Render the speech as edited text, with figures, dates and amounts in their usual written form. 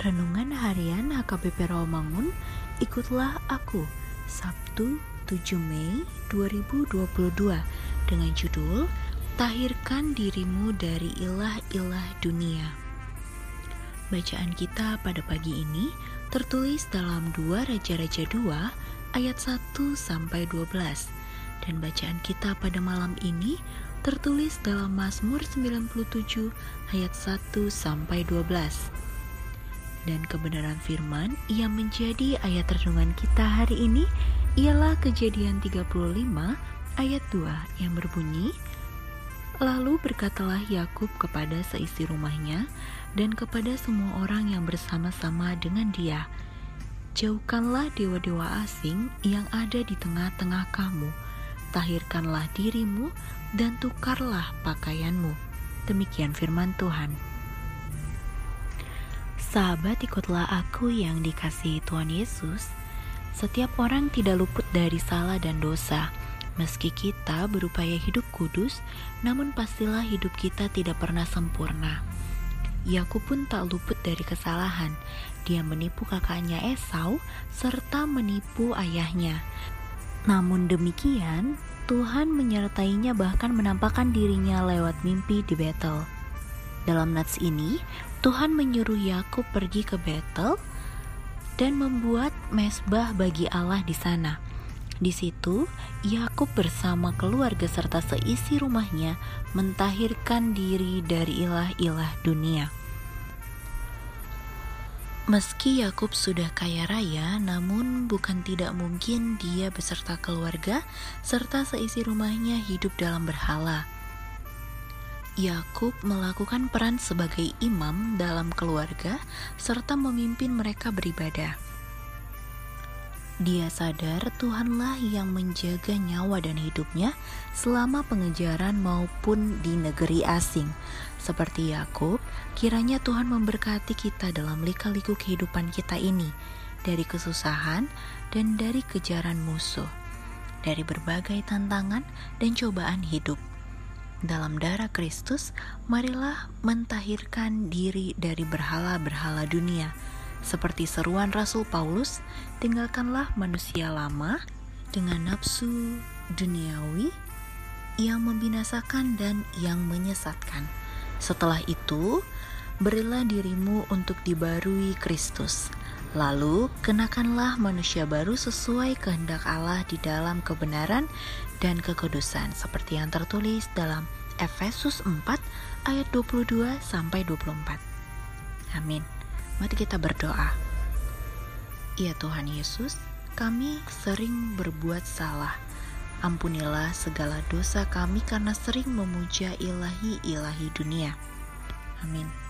Renungan Harian HKBP Rawamangun, ikutlah aku, Sabtu 7 Mei 2022, dengan judul Tahirkan Dirimu dari Ilah-ilah Dunia. Bacaan kita pada pagi ini tertulis dalam 2 Raja-Raja 2 ayat 1-12, dan bacaan kita pada malam ini tertulis dalam Mazmur 97 ayat 1-12. Dan kebenaran firman yang menjadi ayat renungan kita hari ini ialah Kejadian 35 ayat 2 yang berbunyi, "Lalu berkatalah Yakub kepada seisi rumahnya dan kepada semua orang yang bersama-sama dengan dia, jauhkanlah dewa-dewa asing yang ada di tengah-tengah kamu, tahirkanlah dirimu dan tukarlah pakaianmu." Demikian firman Tuhan. Sahabat, ikutlah aku yang dikasihi Tuhan Yesus. Setiap orang tidak luput dari salah dan dosa. Meski kita berupaya hidup kudus, namun pastilah hidup kita tidak pernah sempurna. Yakub pun tak luput dari kesalahan. Dia menipu kakaknya Esau serta menipu ayahnya. Namun demikian, Tuhan menyertainya, bahkan menampakkan dirinya lewat mimpi di Betel. Dalam nats ini, Tuhan menyuruh Yakub pergi ke Betel dan membuat mezbah bagi Allah di sana. Di situ, Yakub bersama keluarga serta seisi rumahnya mentahirkan diri dari ilah-ilah dunia. Meski Yakub sudah kaya raya, namun bukan tidak mungkin dia beserta keluarga serta seisi rumahnya hidup dalam berhala. Yakub melakukan peran sebagai imam dalam keluarga serta memimpin mereka beribadah. Dia sadar Tuhanlah yang menjaga nyawa dan hidupnya selama pengejaran maupun di negeri asing. Seperti Yakub, kiranya Tuhan memberkati kita dalam lika-liku kehidupan kita ini, dari kesusahan dan dari kejaran musuh, dari berbagai tantangan dan cobaan hidup. Dalam darah Kristus, marilah mentahirkan diri dari berhala-berhala dunia. Seperti seruan Rasul Paulus, tinggalkanlah manusia lama dengan nafsu duniawi yang membinasakan dan yang menyesatkan. Setelah itu, berilah dirimu untuk dibarui Kristus. Lalu, kenakanlah manusia baru sesuai kehendak Allah di dalam kebenaran dan kekudusan, seperti yang tertulis dalam Efesus 4 ayat 22-24. Amin. Mari kita berdoa. Ya Tuhan Yesus, kami sering berbuat salah. Ampunilah segala dosa kami karena sering memuja ilahi-ilahi dunia. Amin.